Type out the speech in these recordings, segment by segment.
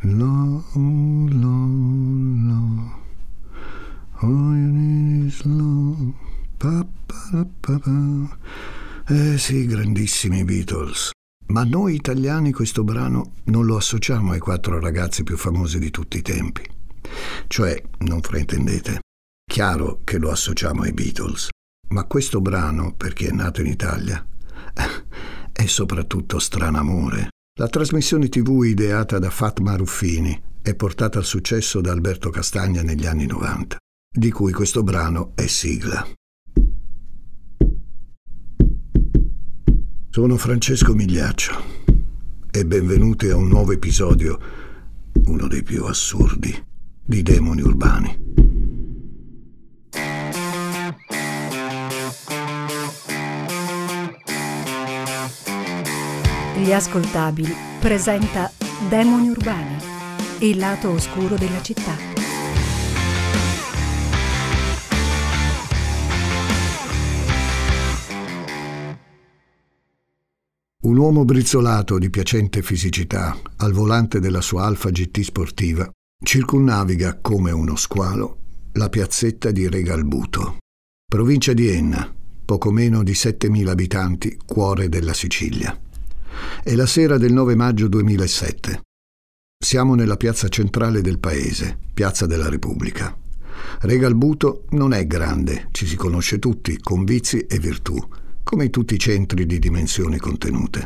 Lo, all you need is love. Pa, pa, pa, pa. Sì, grandissimi Beatles. Ma noi italiani questo brano non lo associamo ai 4 ragazzi più famosi di tutti i tempi. Cioè, non fraintendete, chiaro che lo associamo ai Beatles, ma questo brano, per chi è nato in Italia, è soprattutto Stranamore. La trasmissione TV ideata da Fatma Ruffini e portata al successo da Alberto Castagna negli anni 90, di cui questo brano è sigla. Sono Francesco Migliaccio e benvenuti a un nuovo episodio, uno dei più assurdi, di Demoni Urbani. Gli Ascoltabili presenta Demoni Urbani, il lato oscuro della città. Un uomo brizzolato di piacente fisicità al volante della sua Alfa GT sportiva circumnaviga come uno squalo la piazzetta di Regalbuto, provincia di Enna, poco meno di 7.000 abitanti, cuore della Sicilia. È la sera del 9 maggio 2007. Siamo nella piazza centrale del paese, Piazza della Repubblica. Regalbuto non è grande, ci si conosce tutti, con vizi e virtù, come in tutti i centri di dimensioni contenute.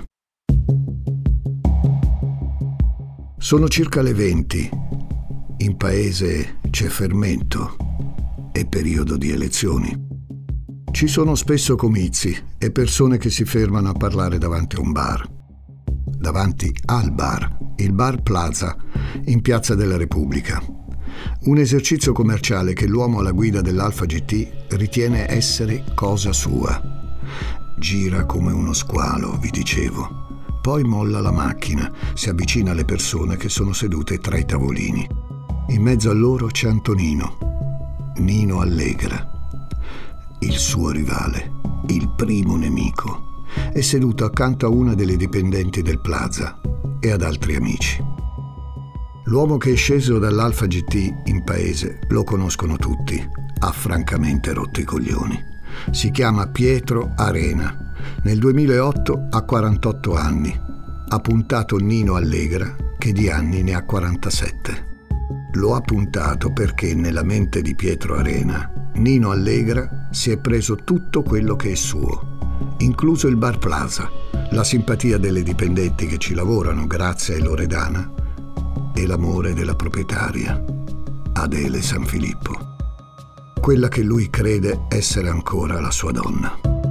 Sono circa le 20. In paese c'è fermento. È periodo di elezioni. Ci sono spesso comizi e persone che si fermano a parlare davanti a un bar. Davanti al bar, il Bar Plaza, in Piazza della Repubblica. Un esercizio commerciale che l'uomo alla guida dell'Alfa GT ritiene essere cosa sua. Gira come uno squalo, vi dicevo. Poi molla la macchina, si avvicina alle persone che sono sedute tra i tavolini. In mezzo a loro c'è Antonino, Nino Allegra. Il suo rivale, il primo nemico, è seduto accanto a una delle dipendenti del Plaza e ad altri amici. L'uomo che è sceso dall'Alfa GT in paese lo conoscono tutti, ha francamente rotto i coglioni. Si chiama Pietro Arena. Nel 2008 ha 48 anni. Ha puntato Nino Allegra, che di anni ne ha 47. Lo ha puntato perché nella mente di Pietro Arena Nino Allegra si è preso tutto quello che è suo, incluso il Bar Plaza, la simpatia delle dipendenti che ci lavorano grazie a Loredana e l'amore della proprietaria, Adele Sanfilippo, quella che lui crede essere ancora la sua donna.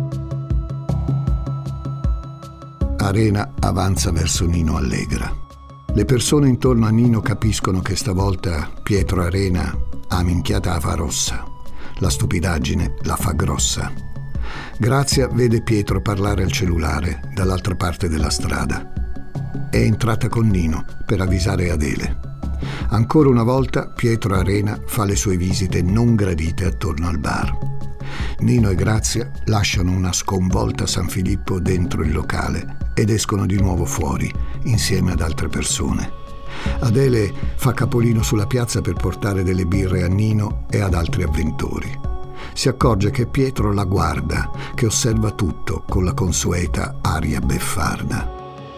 Arena avanza verso Nino Allegra. Le persone intorno a Nino capiscono che stavolta Pietro Arena ha minchiata la fa rossa. La stupidaggine la fa grossa. Grazia vede Pietro parlare al cellulare dall'altra parte della strada. È entrata con Nino per avvisare Adele. Ancora una volta Pietro Arena fa le sue visite non gradite attorno al bar. Nino e Grazia lasciano una sconvolta Sanfilippo dentro il locale ed escono di nuovo fuori insieme ad altre persone. Adele fa capolino sulla piazza per portare delle birre a Nino e ad altri avventori. Si accorge che Pietro la guarda, che osserva tutto con la consueta aria beffarda.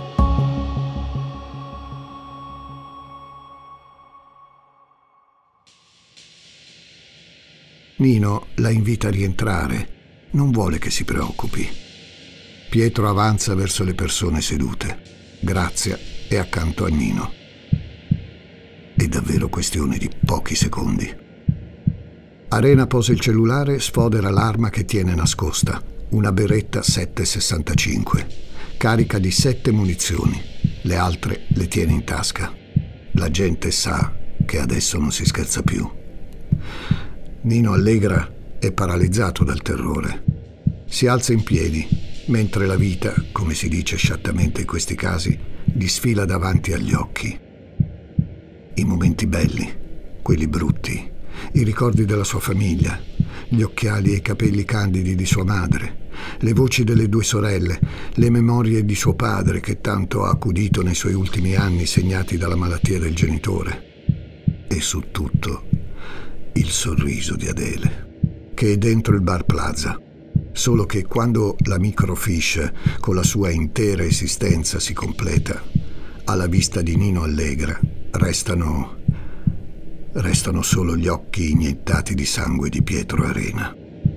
Nino la invita a rientrare, non vuole che si preoccupi. Pietro avanza verso le persone sedute. Grazia è accanto a Nino. È davvero questione di pochi secondi. Arena posa il cellulare, sfodera l'arma che tiene nascosta, una Beretta 7,65, carica di 7 munizioni, le altre le tiene in tasca. La gente sa che adesso non si scherza più. Nino Allegra è paralizzato dal terrore. Si alza in piedi, mentre la vita, come si dice sciattamente in questi casi, gli sfila davanti agli occhi. I momenti belli, quelli brutti, i ricordi della sua famiglia, gli occhiali e i capelli candidi di sua madre, le voci delle due sorelle, le memorie di suo padre che tanto ha accudito nei suoi ultimi anni segnati dalla malattia del genitore. E su tutto il sorriso di Adele, che è dentro il Bar Plaza. Solo che quando la microfiche con la sua intera esistenza si completa, alla vista di Nino Allegra restano solo gli occhi iniettati di sangue di Pietro Arena.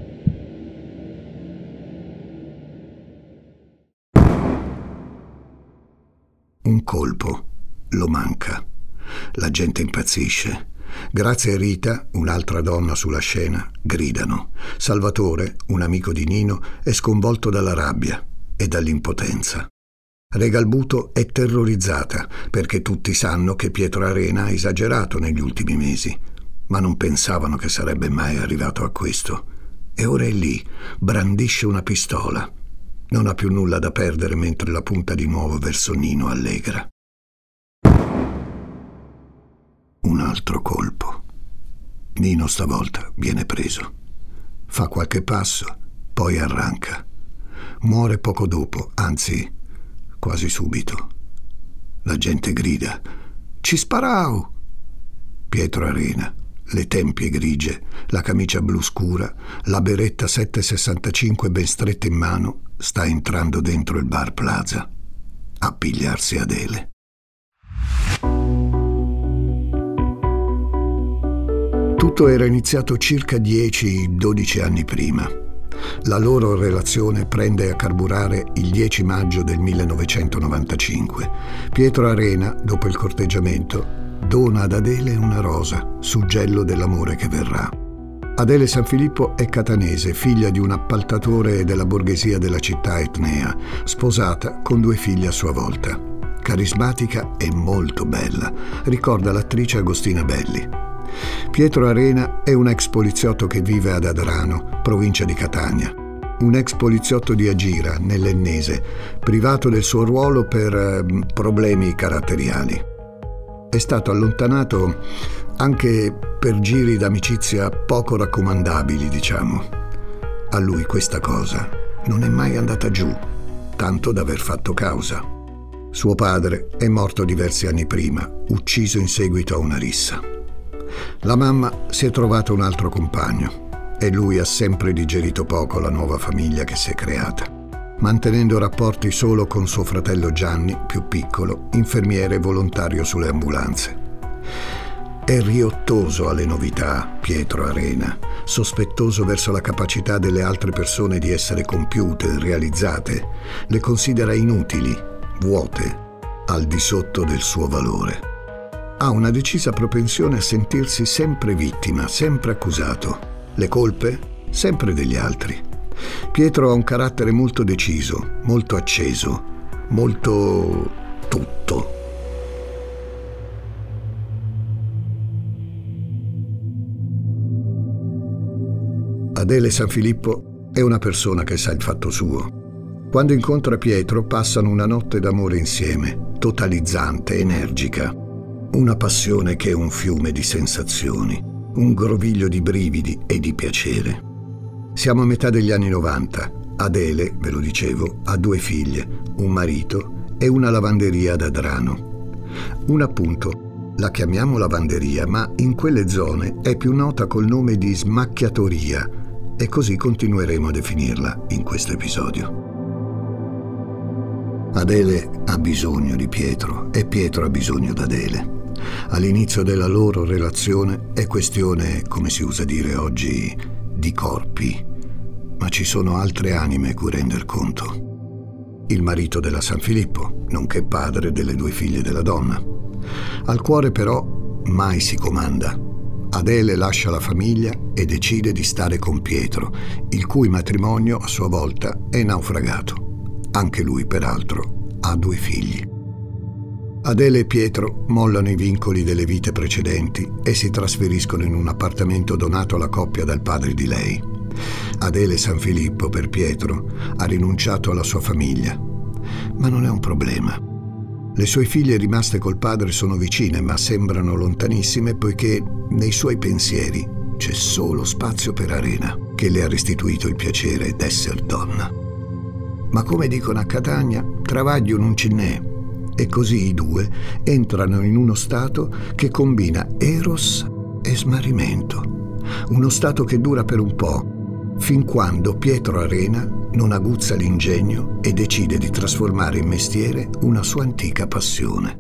Un colpo lo manca. La gente impazzisce. Grazia e Rita, un'altra donna sulla scena, gridano. Salvatore, un amico di Nino, è sconvolto dalla rabbia e dall'impotenza. Regalbuto è terrorizzata perché tutti sanno che Pietro Arena ha esagerato negli ultimi mesi, ma non pensavano che sarebbe mai arrivato a questo. E ora è lì, brandisce una pistola. Non ha più nulla da perdere mentre la punta di nuovo verso Nino Allegra. Un altro colpo. Nino stavolta viene preso. Fa qualche passo, poi arranca. Muore poco dopo, anzi, quasi subito. La gente grida: «Ci sparau!» Pietro Arena, le tempie grigie, la camicia blu scura, la beretta 765 ben stretta in mano, sta entrando dentro il Bar Plaza a pigliarsi Adele. Tutto era iniziato circa 10-12 anni prima. La loro relazione prende a carburare il 10 maggio del 1995. Pietro Arena, dopo il corteggiamento, dona ad Adele una rosa, suggello dell'amore che verrà. Adele Sanfilippo è catanese, figlia di un appaltatore della borghesia della città etnea, sposata con 2 figli a sua volta. Carismatica e molto bella, ricorda l'attrice Agostina Belli. Pietro Arena è un ex poliziotto che vive ad Adrano, provincia di Catania. Un ex poliziotto di Agira, nell'Ennese, privato del suo ruolo per problemi caratteriali. È stato allontanato anche per giri d'amicizia poco raccomandabili, diciamo. A lui questa cosa non è mai andata giù, tanto da aver fatto causa. Suo padre è morto diversi anni prima, ucciso in seguito a una rissa. La mamma si è trovata un altro compagno e lui ha sempre digerito poco la nuova famiglia che si è creata, mantenendo rapporti solo con suo fratello Gianni, più piccolo, infermiere volontario sulle ambulanze. È riottoso alle novità, Pietro Arena, sospettoso verso la capacità delle altre persone di essere compiute, realizzate. Le considera inutili, vuote, al di sotto del suo valore. Ha una decisa propensione a sentirsi sempre vittima, sempre accusato. Le colpe? Sempre degli altri. Pietro ha un carattere molto deciso, molto acceso, molto tutto. Adele Sanfilippo è una persona che sa il fatto suo. Quando incontra Pietro passano una notte d'amore insieme, totalizzante, energica. Una passione che è un fiume di sensazioni, un groviglio di brividi e di piacere. Siamo a metà degli anni 90. Adele, ve lo dicevo, ha 2 figlie, un marito e una lavanderia ad Adrano. Una appunto, la chiamiamo lavanderia, ma in quelle zone è più nota col nome di smacchiatoria e così continueremo a definirla in questo episodio. Adele ha bisogno di Pietro e Pietro ha bisogno d'Adele. All'inizio della loro relazione è questione, come si usa dire oggi, di corpi, ma ci sono altre anime cui render conto. Il marito della Sanfilippo, nonché padre delle 2 figlie della donna. Al cuore però mai si comanda. Adele lascia la famiglia e decide di stare con Pietro, il cui matrimonio a sua volta è naufragato. Anche lui, peraltro, ha 2 figli. Adele e Pietro mollano i vincoli delle vite precedenti e si trasferiscono in un appartamento donato alla coppia dal padre di lei. Adele Sanfilippo, per Pietro, ha rinunciato alla sua famiglia. Ma non è un problema. Le sue figlie rimaste col padre sono vicine, ma sembrano lontanissime poiché nei suoi pensieri c'è solo spazio per Arena, che le ha restituito il piacere d'esser donna. Ma come dicono a Catania, travaglio non ce n'è, e così i due entrano in uno stato che combina eros e smarrimento, uno stato che dura per un po', fin quando Pietro Arena non aguzza l'ingegno e decide di trasformare in mestiere una sua antica passione,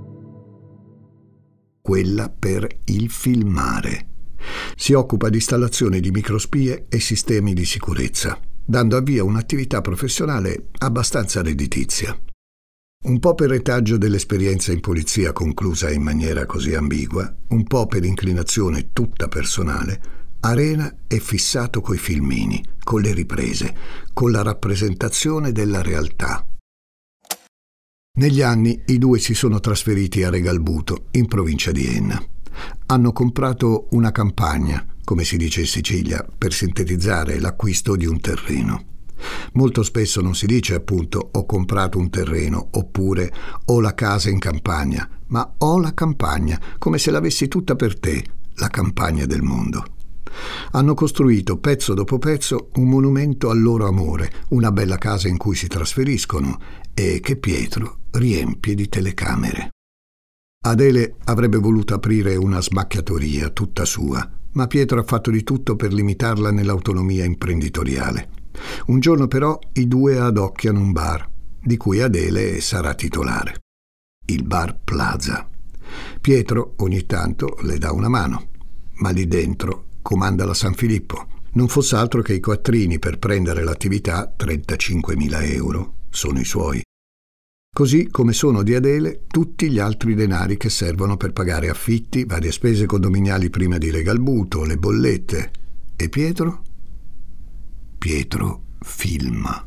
quella per il filmare. Si occupa di installazione di microspie e sistemi di sicurezza, dando avvio a un'attività professionale abbastanza redditizia. Un po' per retaggio dell'esperienza in polizia conclusa in maniera così ambigua, un po' per inclinazione tutta personale, Arena è fissato coi filmini, con le riprese, con la rappresentazione della realtà. Negli anni i due si sono trasferiti a Regalbuto, in provincia di Enna. Hanno comprato una campagna, come si dice in Sicilia, per sintetizzare l'acquisto di un terreno. Molto spesso non si dice appunto ho comprato un terreno oppure ho la casa in campagna, ma ho la campagna, come se l'avessi tutta per te, la campagna del mondo. Hanno costruito pezzo dopo pezzo un monumento al loro amore, una bella casa in cui si trasferiscono e che Pietro riempie di telecamere. Adele avrebbe voluto aprire una smacchiatoria tutta sua, ma Pietro ha fatto di tutto per limitarla nell'autonomia imprenditoriale. Un giorno però i due adocchiano un bar, di cui Adele sarà titolare. Il Bar Plaza. Pietro ogni tanto le dà una mano, ma lì dentro comanda la San Filippo. Non fosse altro che i quattrini per prendere l'attività, 35.000 euro, sono i suoi. Così come sono di Adele tutti gli altri denari che servono per pagare affitti, varie spese condominiali prima di Regalbuto, le bollette. E Pietro? Pietro filma.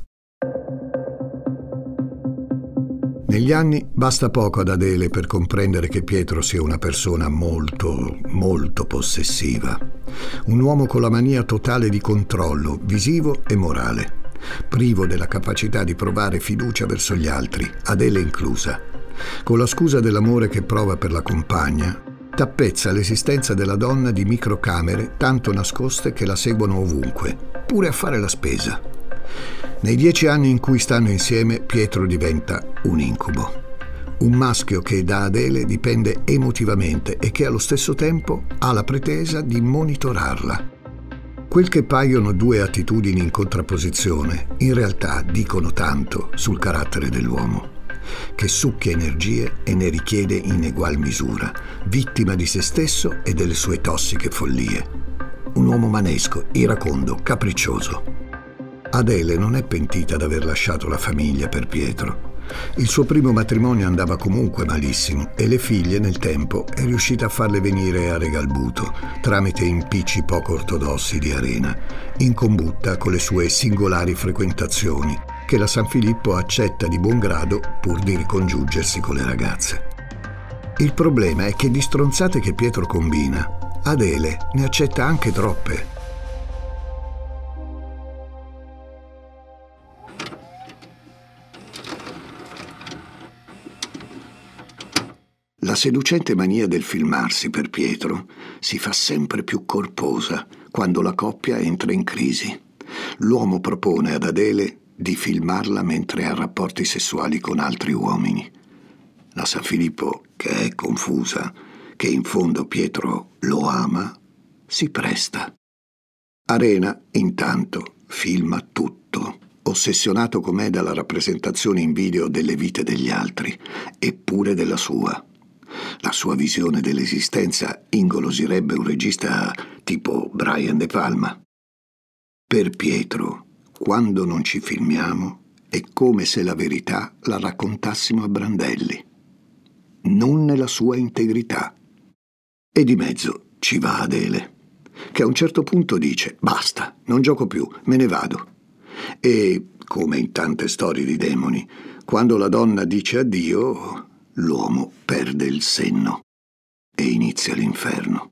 Negli anni basta poco ad Adele per comprendere che Pietro sia una persona molto, molto possessiva. Un uomo con la mania totale di controllo, visivo e morale, privo della capacità di provare fiducia verso gli altri, Adele inclusa. Con la scusa dell'amore che prova per la compagna, tappezza l'esistenza della donna di microcamere tanto nascoste che la seguono ovunque, pure a fare la spesa. Nei 10 anni in cui stanno insieme, Pietro diventa un incubo. Un maschio che da Adele dipende emotivamente e che allo stesso tempo ha la pretesa di monitorarla. Quel che paiono due attitudini in contrapposizione, in realtà dicono tanto sul carattere dell'uomo, che succhia energie e ne richiede in egual misura, vittima di se stesso e delle sue tossiche follie. Un uomo manesco, iracondo, capriccioso. Adele non è pentita d'aver lasciato la famiglia per Pietro. Il suo primo matrimonio andava comunque malissimo e le figlie nel tempo è riuscita a farle venire a Regalbuto tramite impicci poco ortodossi di Arena, in combutta con le sue singolari frequentazioni che la San Filippo accetta di buon grado pur di ricongiungersi con le ragazze. Il problema è che di stronzate che Pietro combina, Adele ne accetta anche troppe. La seducente mania del filmarsi per Pietro si fa sempre più corposa quando la coppia entra in crisi. L'uomo propone ad Adele di filmarla mentre ha rapporti sessuali con altri uomini. La San Filippo, che è confusa, che in fondo Pietro lo ama, si presta. Arena, intanto, filma tutto, ossessionato com'è dalla rappresentazione in video delle vite degli altri, eppure della sua. La sua visione dell'esistenza ingolosirebbe un regista tipo Brian De Palma. Per Pietro, quando non ci filmiamo, è come se la verità la raccontassimo a brandelli, non nella sua integrità. E di mezzo ci va Adele, che a un certo punto dice «Basta, non gioco più, me ne vado». E, come in tante storie di demoni, quando la donna dice addio, l'uomo perde il senno e inizia l'inferno.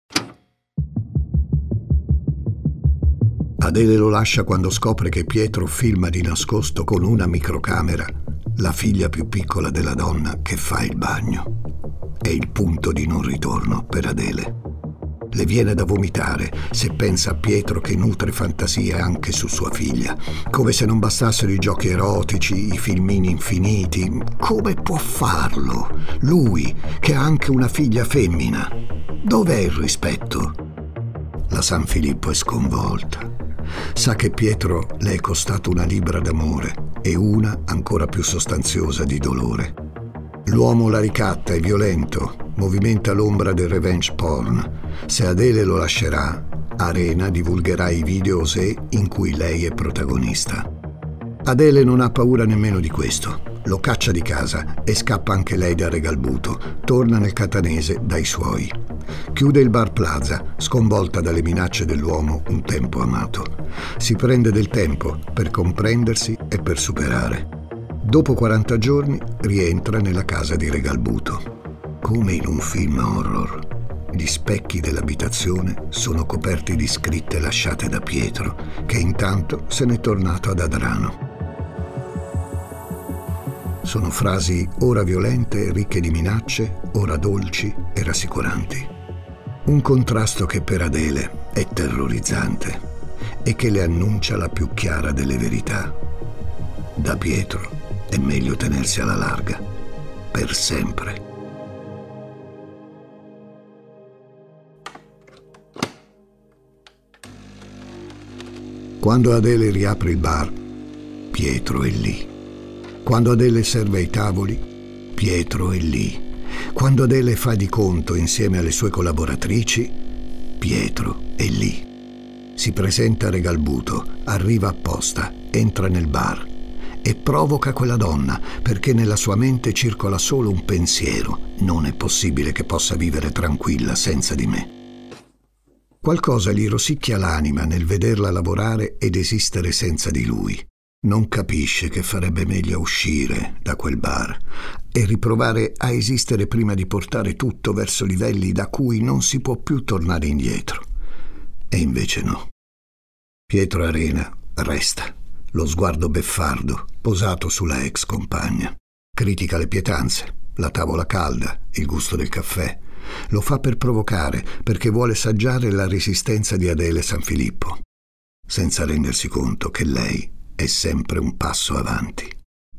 Adele lo lascia quando scopre che Pietro filma di nascosto con una microcamera la figlia più piccola della donna che fa il bagno. È il punto di non ritorno per Adele. Le viene da vomitare se pensa a Pietro che nutre fantasie anche su sua figlia. Come se non bastassero i giochi erotici, i filmini infiniti. Come può farlo? Lui, che ha anche una figlia femmina. Dov'è il rispetto? La San Filippo è sconvolta. Sa che Pietro le è costato una libbra d'amore e una ancora più sostanziosa di dolore. L'uomo la ricatta, è violento, movimenta l'ombra del revenge porn. Se Adele lo lascerà, Arena divulgherà i video Osé in cui lei è protagonista. Adele non ha paura nemmeno di questo. Lo caccia di casa e scappa anche lei da Regalbuto. Torna nel catanese dai suoi. Chiude il bar Plaza, sconvolta dalle minacce dell'uomo un tempo amato. Si prende del tempo per comprendersi e per superare. Dopo 40 giorni rientra nella casa di Regalbuto. Come in un film horror. Gli specchi dell'abitazione sono coperti di scritte lasciate da Pietro, che intanto se n'è tornato ad Adrano. Sono frasi ora violente e ricche di minacce, ora dolci e rassicuranti. Un contrasto che per Adele è terrorizzante e che le annuncia la più chiara delle verità. Da Pietro è meglio tenersi alla larga, per sempre. Quando Adele riapre il bar, Pietro è lì. Quando Adele serve ai tavoli, Pietro è lì. Quando Adele fa di conto insieme alle sue collaboratrici, Pietro è lì. Si presenta a Regalbuto, arriva apposta, entra nel bar e provoca quella donna perché nella sua mente circola solo un pensiero: non è possibile che possa vivere tranquilla senza di me. Qualcosa gli rosicchia l'anima nel vederla lavorare ed esistere senza di lui. Non capisce che farebbe meglio uscire da quel bar e riprovare a esistere prima di portare tutto verso livelli da cui non si può più tornare indietro. E invece no. Pietro Arena resta, lo sguardo beffardo, posato sulla ex compagna. Critica le pietanze, la tavola calda, il gusto del caffè. Lo fa per provocare, perché vuole assaggiare la resistenza di Adele San Filippo, senza rendersi conto che lei è sempre un passo avanti.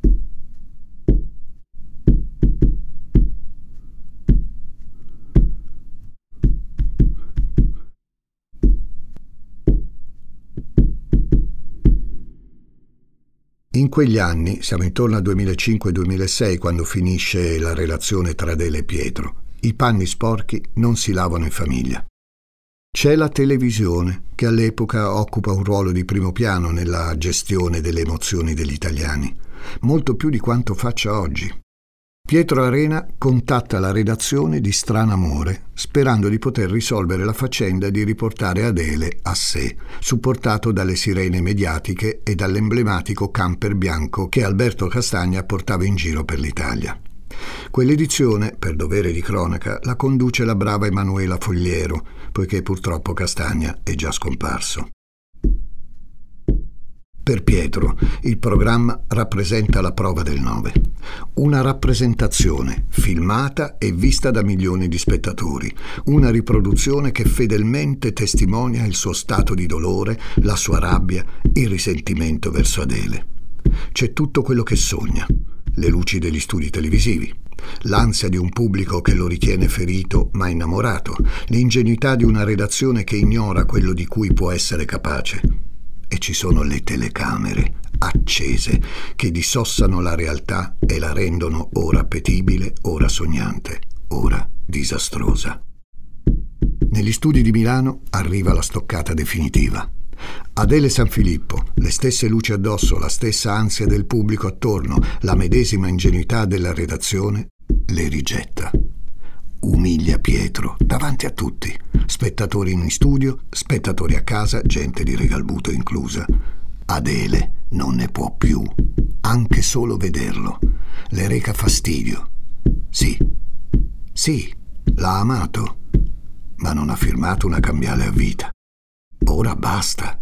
In quegli anni, siamo intorno al 2005-2006, quando finisce la relazione tra Adele e Pietro, i panni sporchi non si lavano in famiglia. C'è la televisione, che all'epoca occupa un ruolo di primo piano nella gestione delle emozioni degli italiani, molto più di quanto faccia oggi. Pietro Arena contatta la redazione di Stranamore, sperando di poter risolvere la faccenda e di riportare Adele a sé, supportato dalle sirene mediatiche e dall'emblematico camper bianco che Alberto Castagna portava in giro per l'Italia. Quell'edizione, per dovere di cronaca, la conduce la brava Emanuela Fogliero, poiché purtroppo Castagna è già scomparso. Per Pietro, il programma rappresenta la prova del 9. Una rappresentazione filmata e vista da milioni di spettatori. Una riproduzione che fedelmente testimonia il suo stato di dolore, la sua rabbia, il risentimento verso Adele. C'è tutto quello che sogna. Le luci degli studi televisivi, l'ansia di un pubblico che lo ritiene ferito ma innamorato, l'ingenuità di una redazione che ignora quello di cui può essere capace. E ci sono le telecamere accese che dissossano la realtà e la rendono ora appetibile, ora sognante, ora disastrosa. Negli studi di Milano arriva la stoccata definitiva. Adele San Filippo, le stesse luci addosso, la stessa ansia del pubblico attorno, la medesima ingenuità della redazione, le rigetta. Umilia Pietro davanti a tutti, spettatori in studio, spettatori a casa, gente di Regalbuto inclusa. Adele non ne può più, anche solo vederlo. Le reca fastidio. Sì, l'ha amato, ma non ha firmato una cambiale a vita. Ora basta.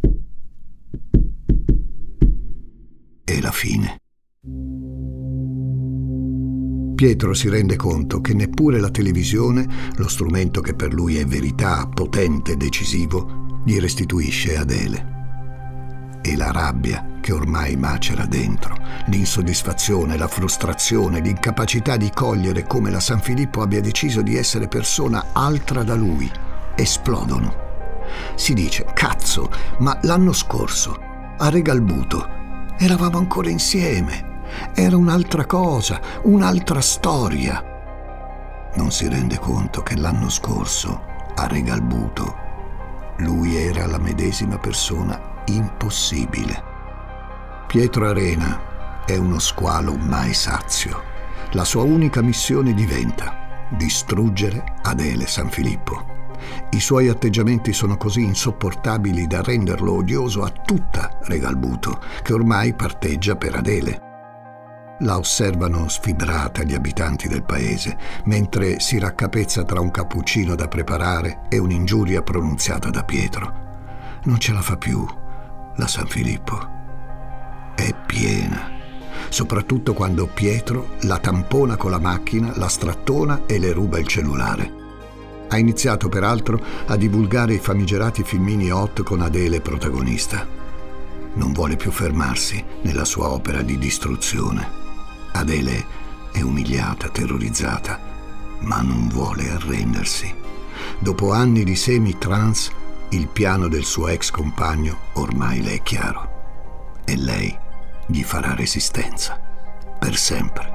E la fine. Pietro si rende conto che neppure la televisione, lo strumento che per lui è verità, potente e decisivo, gli restituisce Adele. E la rabbia che ormai macera dentro, l'insoddisfazione, la frustrazione, l'incapacità di cogliere come la San Filippo abbia deciso di essere persona altra da lui, esplodono. Si dice: cazzo, ma l'anno scorso, a Regalbuto, eravamo ancora insieme. Era un'altra cosa, un'altra storia. Non si rende conto che l'anno scorso, a Regalbuto, lui era la medesima persona impossibile. Pietro Arena è uno squalo mai sazio. La sua unica missione diventa distruggere Adele San Filippo. I suoi atteggiamenti sono così insopportabili da renderlo odioso a tutta Regalbuto, che ormai parteggia per Adele. La osservano sfibrata gli abitanti del paese, mentre si raccapezza tra un cappuccino da preparare e un'ingiuria pronunziata da Pietro. Non ce la fa più, la San Filippo. È piena, soprattutto quando Pietro la tampona con la macchina, la strattona e le ruba il cellulare. Ha iniziato peraltro a divulgare i famigerati filmini hot con Adele protagonista. Non vuole più fermarsi nella sua opera di distruzione. Adele è umiliata, terrorizzata, ma non vuole arrendersi. Dopo anni di semi-trance, il piano del suo ex compagno ormai le è chiaro. E lei gli farà resistenza, per sempre.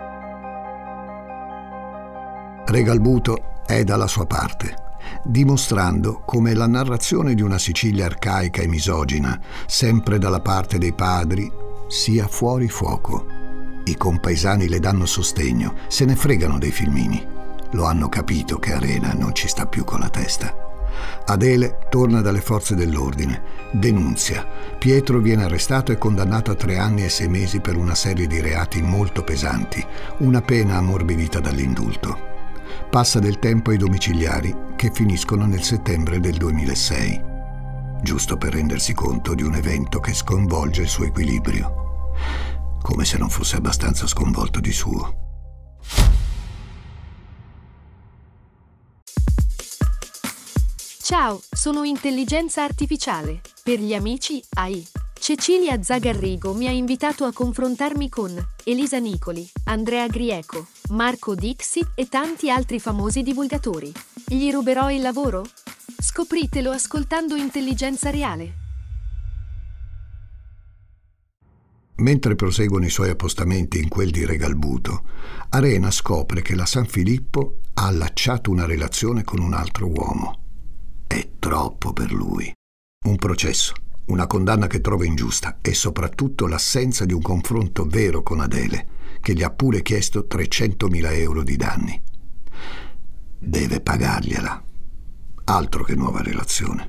Regalbuto è dalla sua parte, dimostrando come la narrazione di una Sicilia arcaica e misogina, sempre dalla parte dei padri, sia fuori fuoco. I compaesani le danno sostegno, se ne fregano dei filmini. Lo hanno capito che Arena non ci sta più con la testa. Adele torna dalle forze dell'ordine, denunzia. Pietro viene arrestato e condannato a 3 anni e 6 mesi per una serie di reati molto pesanti, una pena ammorbidita dall'indulto. Passa del tempo ai domiciliari che finiscono nel settembre del 2006, giusto per rendersi conto di un evento che sconvolge il suo equilibrio. Come se non fosse abbastanza sconvolto di suo. Ciao, sono intelligenza artificiale. Per gli amici AI. Cecilia Zagarrigo mi ha invitato a confrontarmi con Elisa Nicoli, Andrea Grieco, Marco Dixi e tanti altri famosi divulgatori. Gli ruberò il lavoro? Scopritelo ascoltando Intelligenza Reale. Mentre proseguono i suoi appostamenti in quel di Regalbuto, Arena scopre che la San Filippo ha allacciato una relazione con un altro uomo. È troppo per lui. Un processo, una condanna che trova ingiusta e soprattutto l'assenza di un confronto vero con Adele, che gli ha pure chiesto 300.000 euro di danni. Deve pagargliela. Altro che nuova relazione.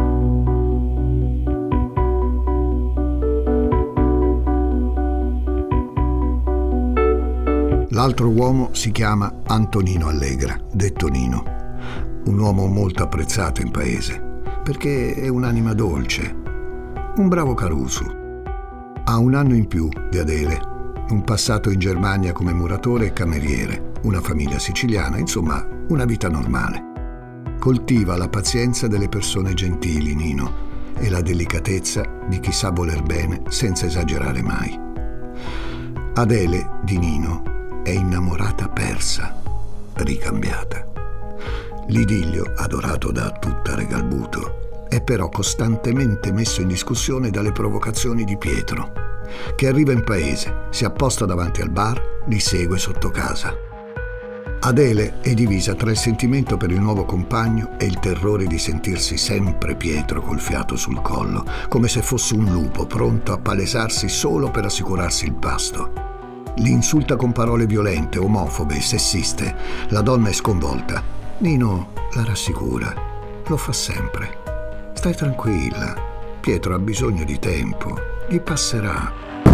L'altro uomo si chiama Antonino Allegra, detto Nino. Un uomo molto apprezzato in paese, perché è un'anima dolce, un bravo Caruso. Ha 1 anno in più di Adele, un passato in Germania come muratore e cameriere, una famiglia siciliana, insomma, una vita normale. Coltiva la pazienza delle persone gentili, Nino, e la delicatezza di chi sa voler bene senza esagerare mai. Adele, di Nino, è innamorata persa, ricambiata. L'idillio, adorato da tutta Regalbuto, è però costantemente messo in discussione dalle provocazioni di Pietro, che arriva in paese, si apposta davanti al bar, li segue sotto casa. Adele è divisa tra il sentimento per il nuovo compagno e il terrore di sentirsi sempre Pietro col fiato sul collo, come se fosse un lupo pronto a palesarsi solo per assicurarsi il pasto. Li insulta con parole violente, omofobe e sessiste. La donna è sconvolta. Nino la rassicura. Lo fa sempre. Stai tranquilla. Pietro ha bisogno di tempo. Gli passerà.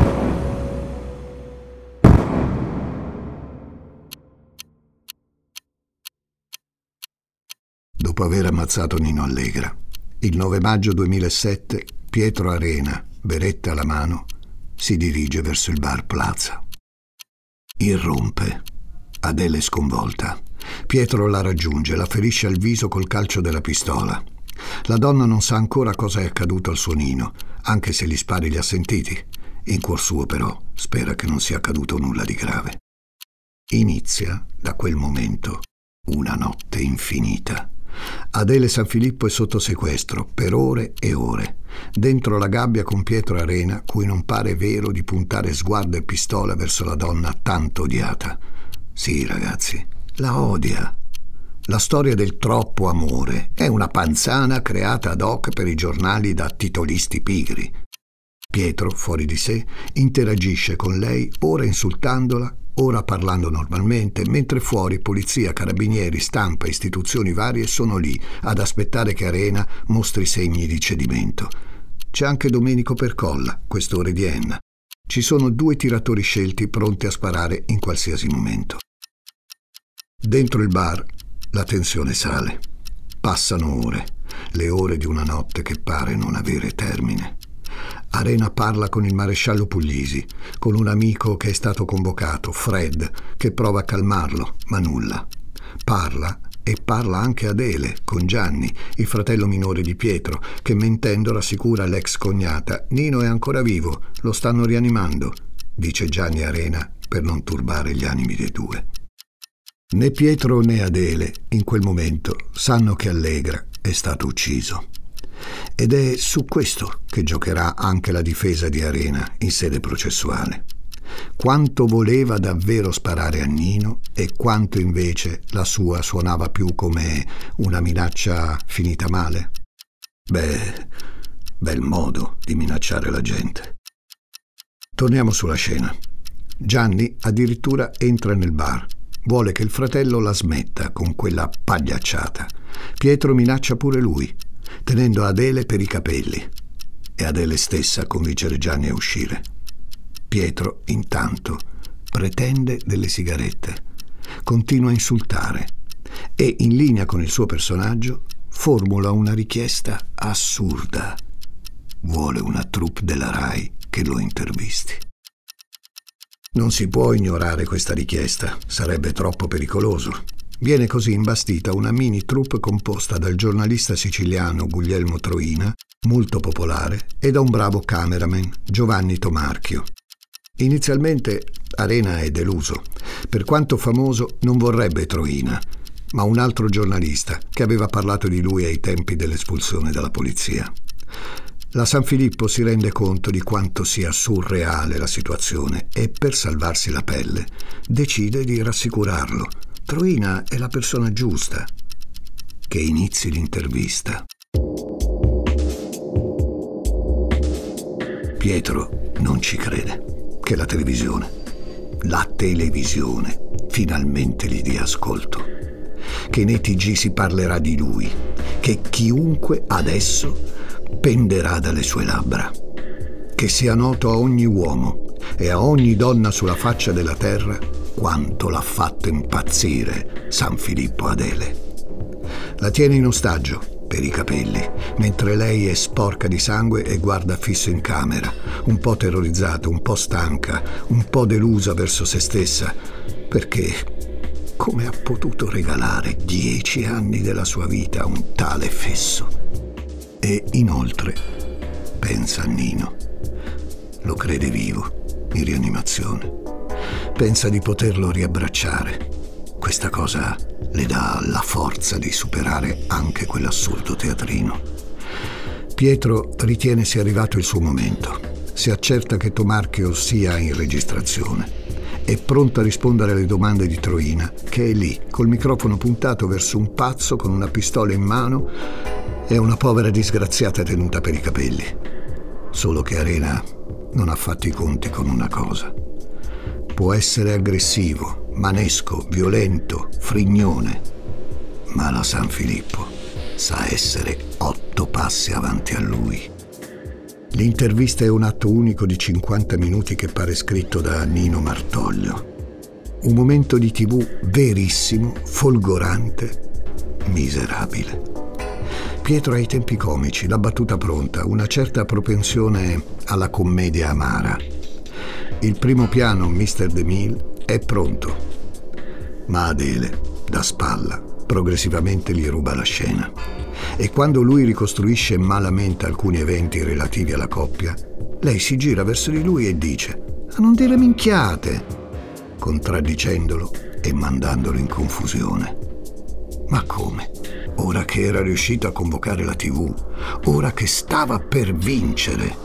Dopo aver ammazzato Nino Allegra, il 9 maggio 2007, Pietro Arena, beretta alla mano, si dirige verso il bar Plaza. Irrompe Adele è sconvolta. Pietro la raggiunge, la ferisce al viso col calcio della pistola. La donna non sa ancora cosa è accaduto al suo Nino, anche se gli spari li ha sentiti. In cuor suo, però, spera che non sia accaduto nulla di grave. Inizia, da quel momento, una notte infinita. Adele Sanfilippo è sotto sequestro per ore e ore, dentro la gabbia con Pietro Arena, cui non pare vero di puntare sguardo e pistola verso la donna tanto odiata. Sì, ragazzi, la odia. La storia del troppo amore è una panzana creata ad hoc per i giornali da titolisti pigri. Pietro, fuori di sé, interagisce con lei, ora insultandola, ora parlando normalmente, mentre fuori polizia, carabinieri, stampa, istituzioni varie sono lì ad aspettare che Arena mostri segni di cedimento. C'è anche Domenico Percolla, questore di Enna. Ci sono 2 tiratori scelti pronti a sparare in qualsiasi momento. Dentro il bar la tensione sale. Passano ore, le ore di una notte che pare non avere termine. Arena parla con il maresciallo Puglisi, con un amico che è stato convocato, Fred, che prova a calmarlo, ma nulla. Parla e parla anche Adele, con Gianni, il fratello minore di Pietro, che mentendo rassicura l'ex cognata: Nino è ancora vivo, lo stanno rianimando, dice Gianni Arena per non turbare gli animi dei 2. Né Pietro né Adele, in quel momento, sanno che Allegra è stato ucciso. Ed è su questo che giocherà anche la difesa di Arena in sede processuale. Quanto voleva davvero sparare a Nino e quanto invece la sua suonava più come una minaccia finita male? Bel modo di minacciare la gente. Torniamo sulla scena. Gianni addirittura entra nel bar. Vuole che il fratello la smetta con quella pagliacciata. Pietro minaccia pure lui, tenendo Adele per i capelli. È Adele stessa a convincere Gianni a uscire. Pietro, intanto, pretende delle sigarette, continua a insultare e, in linea con il suo personaggio, formula una richiesta assurda. Vuole una troupe della Rai che lo intervisti. Non si può ignorare questa richiesta, sarebbe troppo pericoloso. Viene così imbastita una mini troupe composta dal giornalista siciliano Guglielmo Troina, molto popolare, e da un bravo cameraman, Giovanni Tomarchio. Inizialmente Arena è deluso. Per quanto famoso non vorrebbe Troina, ma un altro giornalista che aveva parlato di lui ai tempi dell'espulsione dalla polizia. La Sanfilippo si rende conto di quanto sia surreale la situazione e, per salvarsi la pelle, decide di rassicurarlo. Troina è la persona giusta. Che inizi l'intervista. Pietro non ci crede che la televisione finalmente gli dia ascolto, che nei TG si parlerà di lui, che chiunque adesso penderà dalle sue labbra, che sia noto a ogni uomo e a ogni donna sulla faccia della terra quanto l'ha fatto impazzire Sanfilippo Adele. La tiene in ostaggio per i capelli, mentre lei è sporca di sangue e guarda fisso in camera, un po' terrorizzata, un po' stanca, un po' delusa verso se stessa, perché come ha potuto regalare 10 anni della sua vita a un tale fesso? E inoltre pensa a Nino. Lo crede vivo, in rianimazione. Pensa di poterlo riabbracciare. Questa cosa le dà la forza di superare anche quell'assurdo teatrino. Pietro ritiene sia arrivato il suo momento. Si accerta che Tomarchio sia in registrazione. È pronto a rispondere alle domande di Troina, che è lì, col microfono puntato verso un pazzo con una pistola in mano e una povera disgraziata tenuta per i capelli. Solo che Arena non ha fatto i conti con una cosa. Può essere aggressivo, manesco, violento, frignone, ma la Sanfilippo sa essere 8 passi avanti a lui. L'intervista è un atto unico di 50 minuti che pare scritto da Nino Martoglio. Un momento di TV verissimo, folgorante, miserabile. Pietro ha i tempi comici, la battuta pronta, una certa propensione alla commedia amara. Il primo piano, Mr. DeMille, è pronto. Ma Adele, da spalla, progressivamente gli ruba la scena. E quando lui ricostruisce malamente alcuni eventi relativi alla coppia, lei si gira verso di lui e dice: «A non dire minchiate», contraddicendolo e mandandolo in confusione. Ma come? Ora che era riuscito a convocare la TV, ora che stava per vincere.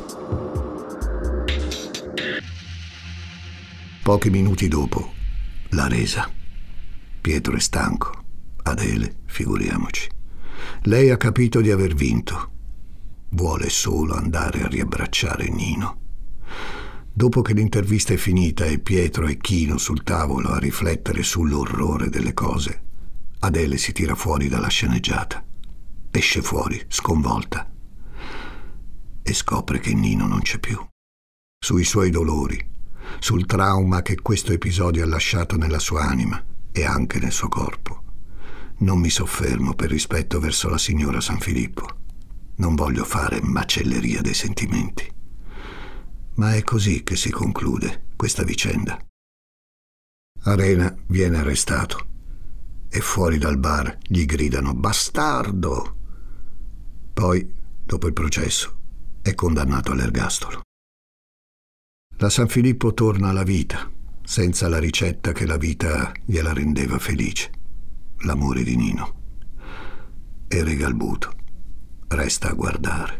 Pochi minuti dopo, la resa. Pietro è stanco, Adele, figuriamoci. Lei ha capito di aver vinto. Vuole solo andare a riabbracciare Nino. Dopo che l'intervista è finita e Pietro è chino sul tavolo a riflettere sull'orrore delle cose, Adele si tira fuori dalla sceneggiata. Esce fuori, sconvolta, e scopre che Nino non c'è più. Sui suoi dolori, sul trauma che questo episodio ha lasciato nella sua anima e anche nel suo corpo, non mi soffermo per rispetto verso la signora Sanfilippo. Non voglio fare macelleria dei sentimenti. Ma è così che si conclude questa vicenda. Arena viene arrestato e fuori dal bar gli gridano «Bastardo!». Poi, dopo il processo, è condannato all'ergastolo. La Sanfilippo torna alla vita, senza la ricetta che la vita gliela rendeva felice, l'amore di Nino. E Regalbuto resta a guardare.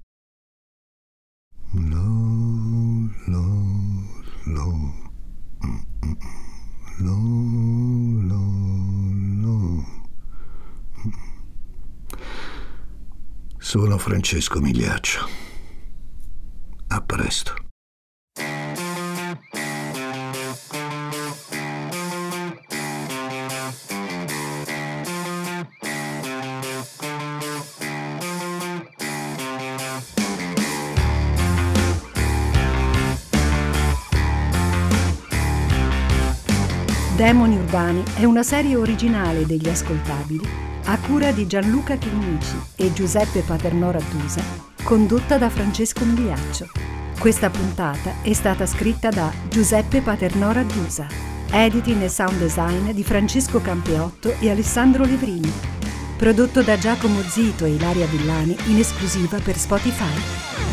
Sono Francesco Migliaccio. A presto. Demoni Urbani è una serie originale degli Ascoltabili a cura di Gianluca Chinnici e Giuseppe Paternò Raddusa, condotta da Francesco Migliaccio. Questa puntata è stata scritta da Giuseppe Paternò Raddusa, editing e sound design di Francesco Campeotto e Alessandro Levrini, prodotto da Giacomo Zito e Ilaria Villani in esclusiva per Spotify.